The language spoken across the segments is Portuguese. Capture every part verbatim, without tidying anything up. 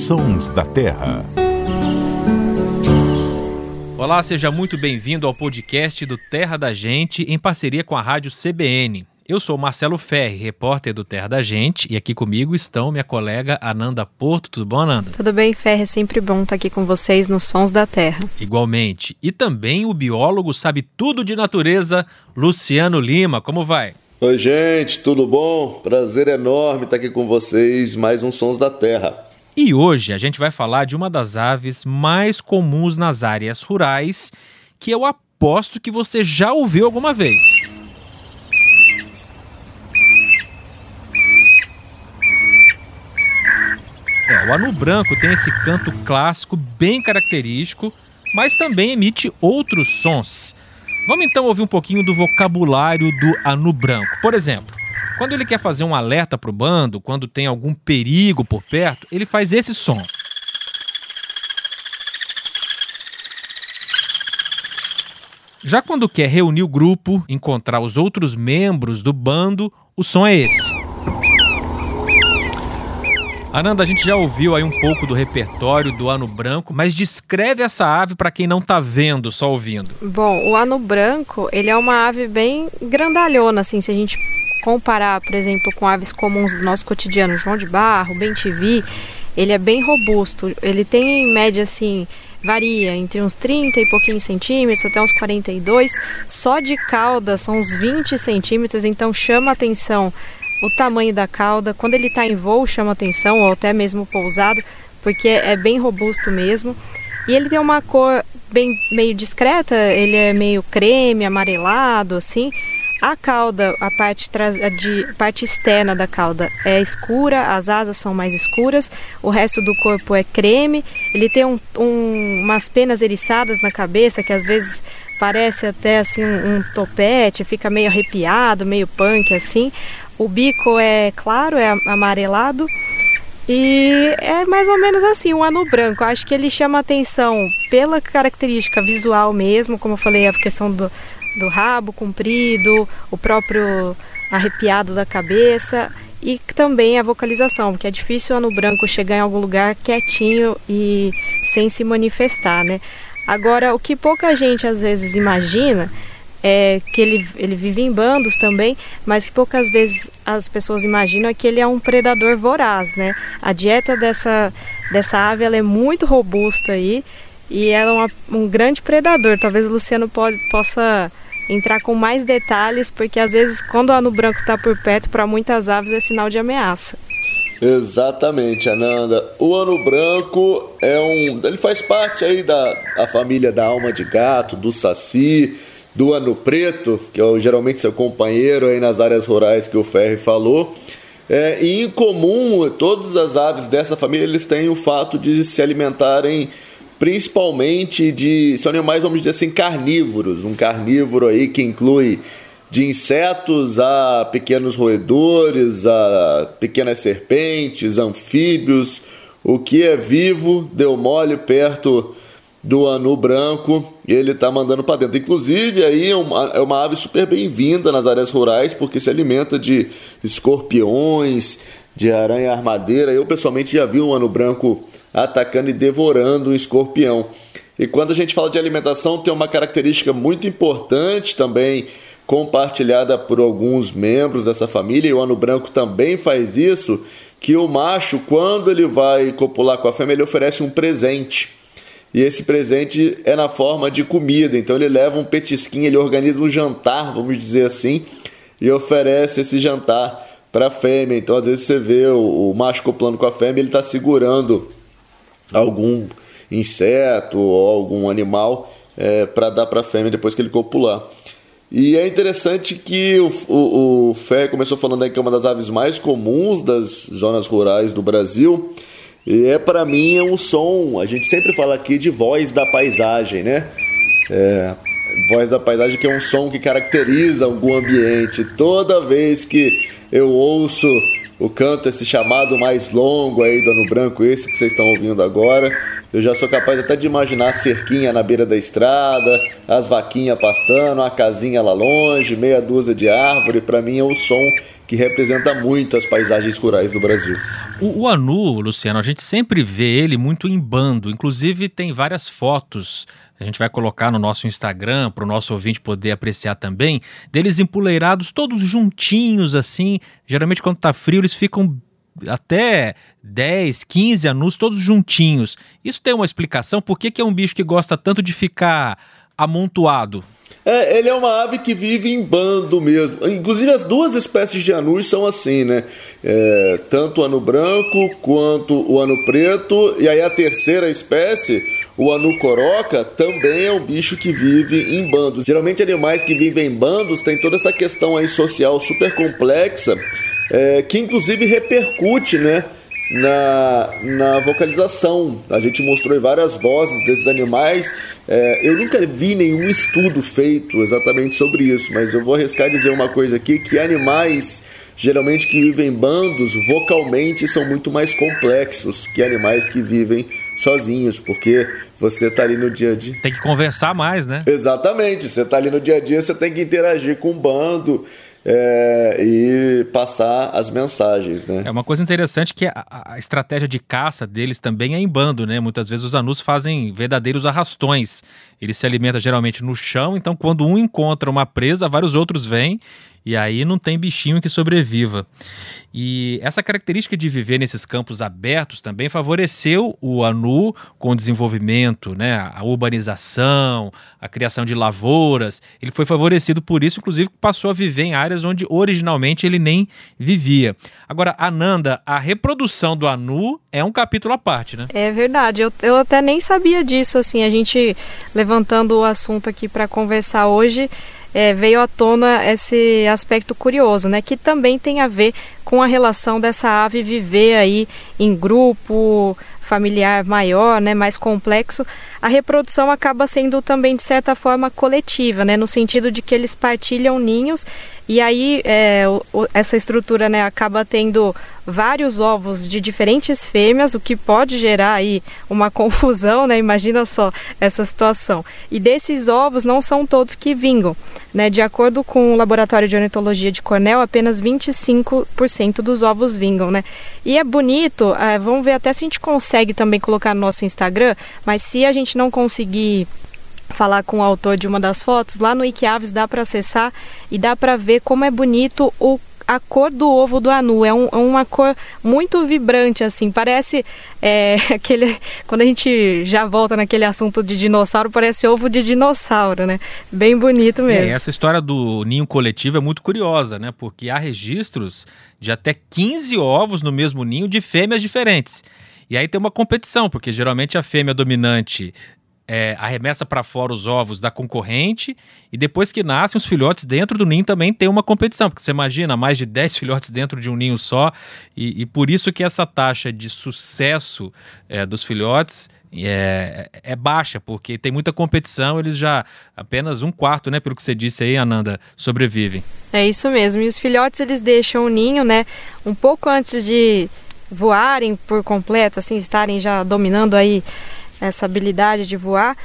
Sons da Terra. Olá, seja muito bem-vindo ao podcast do Terra da Gente, em parceria com a Rádio C B N. Eu sou Marcelo Ferri, repórter do Terra da Gente, e aqui comigo estão minha colega Ananda Porto. Tudo bom, Ananda? Tudo bem, Ferri, é sempre bom estar aqui com vocês nos Sons da Terra. Igualmente. E também o biólogo sabe tudo de natureza, Luciano Lima. Como vai? Oi, gente, tudo bom? Prazer enorme estar aqui com vocês, mais um Sons da Terra. E hoje a gente vai falar de uma das aves mais comuns nas áreas rurais, que eu aposto que você já ouviu alguma vez. É, o anu branco tem esse canto clássico bem característico, mas também emite outros sons. Vamos então ouvir um pouquinho do vocabulário do anu branco. Por exemplo, quando ele quer fazer um alerta para o bando, quando tem algum perigo por perto, ele faz esse som. Já quando quer reunir o grupo, encontrar os outros membros do bando, o som é esse. Ananda, a gente já ouviu aí um pouco do repertório do anu branco, mas descreve essa ave para quem não está vendo, só ouvindo. Bom, o anu branco, ele é uma ave bem grandalhona, assim, se a gente comparar, por exemplo, com aves comuns do nosso cotidiano, João de Barro, bem-te-vi, ele é bem robusto. Ele tem, em média, assim, varia entre uns trinta e pouquinhos centímetros até uns quarenta e dois. Só de cauda são uns vinte centímetros, então chama atenção o tamanho da cauda. Quando ele está em voo, chama atenção, ou até mesmo pousado, porque é bem robusto mesmo. E ele tem uma cor bem, meio discreta, ele é meio creme, amarelado, assim. A cauda, a parte, a de, parte externa da cauda é escura, as asas são mais escuras, o resto do corpo é creme. Ele tem um, um, umas penas eriçadas na cabeça, que às vezes parece até assim um, um topete, fica meio arrepiado, meio punk assim. O bico é claro, é amarelado e é mais ou menos assim, um anu branco. Eu acho que ele chama atenção pela característica visual mesmo, como eu falei, a questão do do rabo comprido, o próprio arrepiado da cabeça e também a vocalização, porque é difícil o anu branco chegar em algum lugar quietinho e sem se manifestar, né? Agora, o que pouca gente às vezes imagina é que ele, ele vive em bandos também, mas que poucas vezes as pessoas imaginam é que ele é um predador voraz, né? A dieta dessa, dessa ave ela é muito robusta aí, e ela é uma, um grande predador. Talvez o Luciano pode, possa entrar com mais detalhes, porque às vezes quando o anu branco está por perto, para muitas aves é sinal de ameaça. Exatamente, Ananda. O anu branco é um, ele faz parte aí da a família da alma de gato, do saci, do anu preto, que é geralmente seu companheiro aí nas áreas rurais que o Ferri falou. É, e em comum, todas as aves dessa família eles têm o fato de se alimentarem principalmente de, são animais, vamos dizer assim, carnívoros. Um carnívoro aí que inclui de insetos a pequenos roedores, a pequenas serpentes, anfíbios. O que é vivo deu mole perto do anu branco e ele está mandando para dentro. Inclusive, aí é uma, é uma ave super bem-vinda nas áreas rurais, porque se alimenta de escorpiões, de aranha-armadeira. Eu, pessoalmente, já vi um anu branco atacando e devorando um escorpião. E quando a gente fala de alimentação, tem uma característica muito importante também, compartilhada por alguns membros dessa família, e o anu branco também faz isso, que o macho, quando ele vai copular com a fêmea, ele oferece um presente. E esse presente é na forma de comida. Então ele leva um petisquinho, ele organiza um jantar, vamos dizer assim, e oferece esse jantar para a fêmea. Então às vezes você vê o, o macho copulando com a fêmea, ele está segurando algum inseto ou algum animal é, para dar para a fêmea depois que ele copular. E é interessante que o, o, o Fé começou falando aí que é uma das aves mais comuns das zonas rurais do Brasil. E é, para mim, é um som, a gente sempre fala aqui de voz da paisagem, né? É, voz da paisagem, que é um som que caracteriza algum ambiente. Toda vez que eu ouço o canto, esse chamado mais longo aí do Ano Branco, esse que vocês estão ouvindo agora. Eu já sou capaz até de imaginar a cerquinha na beira da estrada, as vaquinhas pastando, a casinha lá longe, meia dúzia de árvore. Para mim é o som que representa muito as paisagens rurais do Brasil. O, o anu, Luciano, a gente sempre vê ele muito em bando, inclusive tem várias fotos, a gente vai colocar no nosso Instagram para o nosso ouvinte poder apreciar também, deles empoleirados todos juntinhos assim, geralmente quando tá frio eles ficam até dez, quinze anus todos juntinhos. Isso tem uma explicação? Por que que é um bicho que gosta tanto de ficar amontoado? É, ele é uma ave que vive em bando mesmo. Inclusive as duas espécies de anus são assim, né? É, tanto o anu branco quanto o anu preto. E aí a terceira espécie, o anu coroca, também é um bicho que vive em bandos. Geralmente animais que vivem em bandos têm toda essa questão aí social super complexa, é, que inclusive repercute, né? Na, na vocalização. A gente mostrou várias vozes desses animais. É, eu nunca vi nenhum estudo feito exatamente sobre isso, mas eu vou arriscar dizer uma coisa aqui, que animais geralmente que vivem em bandos vocalmente são muito mais complexos que animais que vivem sozinhos, porque você tá ali no dia a dia. Tem que conversar mais, né? Exatamente, você tá ali no dia a dia, você tem que interagir com o bando. É, e passar as mensagens, né? É uma coisa interessante que a, a estratégia de caça deles também é em bando, né? Muitas vezes os anus fazem verdadeiros arrastões. Eles se alimentam geralmente no chão, então quando um encontra uma presa, vários outros vêm e aí não tem bichinho que sobreviva. E essa característica de viver nesses campos abertos também favoreceu o anu com o desenvolvimento, né? A urbanização, a criação de lavouras. Ele foi favorecido por isso, inclusive passou a viver em áreas onde originalmente ele nem vivia. Agora, Ananda, a reprodução do anu é um capítulo à parte, né? É verdade, eu, eu até nem sabia disso, assim, a gente levantando o assunto aqui para conversar hoje, É, veio à tona esse aspecto curioso, né, que também tem a ver com a relação dessa ave viver aí em grupo familiar maior, né, mais complexo. A reprodução acaba sendo também de certa forma coletiva, né, no sentido de que eles partilham ninhos e aí é, o, essa estrutura, né, acaba tendo vários ovos de diferentes fêmeas, o que pode gerar aí uma confusão, né? Imagina só essa situação. E desses ovos não são todos que vingam, né? De acordo com o Laboratório de Ornitologia de Cornell, apenas vinte e cinco por cento dos ovos vingam, né? E é bonito, é, vamos ver até se a gente consegue também colocar no nosso Instagram, mas se a gente não conseguir falar com o autor de uma das fotos, lá no Wikiaves dá para acessar e dá para ver como é bonito o a cor do ovo do anu. É, um, é uma cor muito vibrante, assim, parece é, aquele, quando a gente já volta naquele assunto de dinossauro, parece ovo de dinossauro, né? Bem bonito mesmo. É, essa história do ninho coletivo é muito curiosa, né? Porque há registros de até quinze ovos no mesmo ninho de fêmeas diferentes. E aí tem uma competição, porque geralmente a fêmea dominante É, arremessa para fora os ovos da concorrente e depois que nascem os filhotes dentro do ninho também tem uma competição, porque você imagina mais de dez filhotes dentro de um ninho só e, e por isso que essa taxa de sucesso é, dos filhotes é, é baixa, porque tem muita competição, eles já apenas um quarto, né, pelo que você disse aí, Ananda, sobrevivem. É isso mesmo, e os filhotes eles deixam o ninho, né, um pouco antes de voarem por completo, assim, estarem já dominando aí essa habilidade de voar.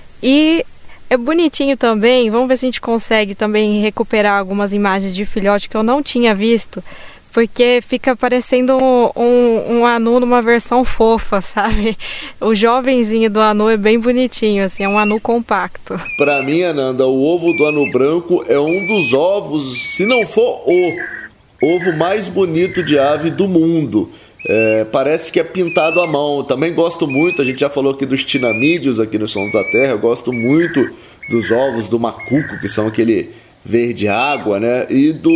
E é bonitinho também, vamos ver se a gente consegue também recuperar algumas imagens de filhote que eu não tinha visto, porque fica parecendo um, um, um anu numa versão fofa, sabe? O jovenzinho do anu é bem bonitinho, assim, é um anu compacto. Para mim, Ananda, o ovo do anu branco é um dos ovos, se não for o ovo mais bonito de ave do mundo. É, parece que é pintado à mão. Também gosto muito, a gente já falou aqui dos tinamídeos aqui no Sons da Terra. Eu gosto muito dos ovos do macuco, que são aquele verde água, né? E do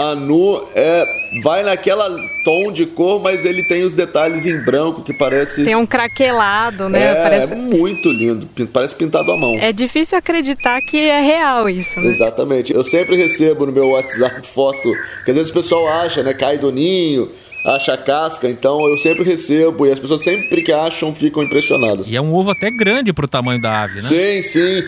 anu é, vai naquela tom de cor, mas ele tem os detalhes em branco que parece... Tem um craquelado, né? É, parece... é muito lindo, parece pintado à mão. É difícil acreditar que é real isso, né? Exatamente. Eu sempre recebo no meu WhatsApp foto, que às vezes o pessoal acha, né? Cai do ninho, acha a casca, então eu sempre recebo e as pessoas sempre que acham ficam impressionadas. E é um ovo até grande pro tamanho da ave, né? Sim, sim.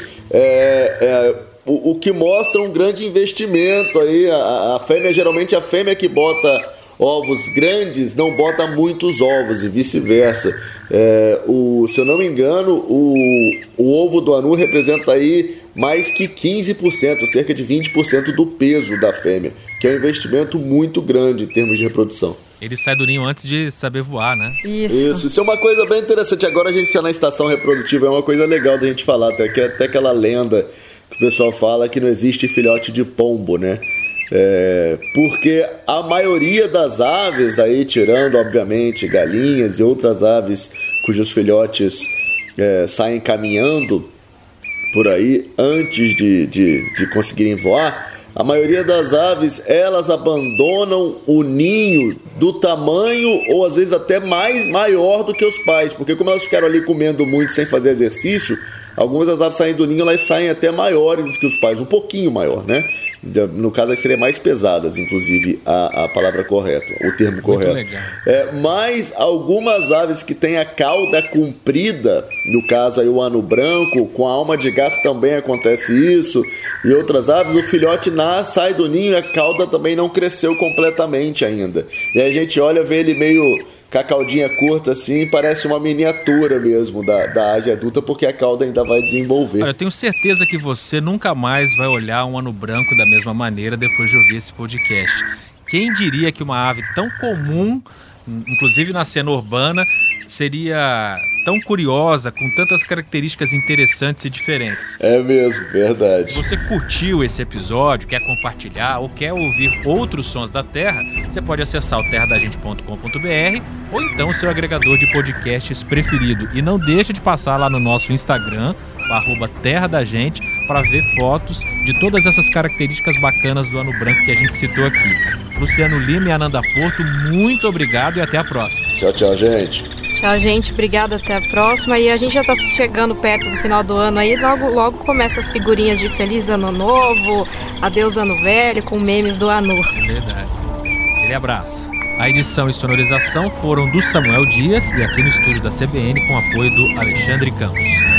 É, é, o, o que mostra um grande investimento aí. A, a fêmea, geralmente a fêmea que bota ovos grandes não bota muitos ovos e vice-versa. É, o, se eu não me engano, o, o ovo do anu representa aí mais que quinze por cento, cerca de vinte por cento do peso da fêmea, que é um investimento muito grande em termos de reprodução. Ele sai do ninho antes de saber voar, né? Isso. Isso, isso é uma coisa bem interessante. Agora a gente está na estação reprodutiva, é uma coisa legal da gente falar, até, que, até aquela lenda que o pessoal fala que não existe filhote de pombo, né? É, porque a maioria das aves, aí tirando obviamente galinhas e outras aves cujos filhotes é, saem caminhando por aí antes de, de, de conseguirem voar, a maioria das aves, elas abandonam o ninho do tamanho ou às vezes até mais maior do que os pais, porque como elas ficaram ali comendo muito sem fazer exercício, algumas das aves saem do ninho, elas saem até maiores do que os pais, um pouquinho maior, né? No caso, elas seriam mais pesadas, inclusive, a, a palavra correta, o termo correto. Muito legal. É, mas algumas aves que têm a cauda comprida, no caso aí o anu branco, com a alma de gato também acontece isso, e outras aves, o filhote nasce, sai do ninho e a cauda também não cresceu completamente ainda. E aí a gente olha, vê ele meio com a caudinha curta assim, parece uma miniatura mesmo da, da ave adulta, porque a cauda ainda vai desenvolver. Olha, eu tenho certeza que você nunca mais vai olhar um anu branco da mesma maneira depois de ouvir esse podcast. Quem diria que uma ave tão comum, inclusive na cena urbana, seria tão curiosa, com tantas características interessantes e diferentes? É mesmo, verdade. Se você curtiu esse episódio, quer compartilhar ou quer ouvir outros sons da Terra, você pode acessar o terra da gente ponto com ponto b r ou então o seu agregador de podcasts preferido. E não deixa de passar lá no nosso Instagram, arroba Terra da Gente, para ver fotos de todas essas características bacanas do anu branco que a gente citou aqui. Luciano Lima e Ananda Porto, muito obrigado e até a próxima. Tchau, tchau, gente. Tchau, gente. Obrigada. Até a próxima. E a gente já está chegando perto do final do ano aí. Logo, logo começa as figurinhas de Feliz Ano Novo, Adeus Ano Velho, com memes do anu. Verdade. Aquele abraço. A edição e sonorização foram do Samuel Dias e aqui no estúdio da C B N com apoio do Alexandre Campos.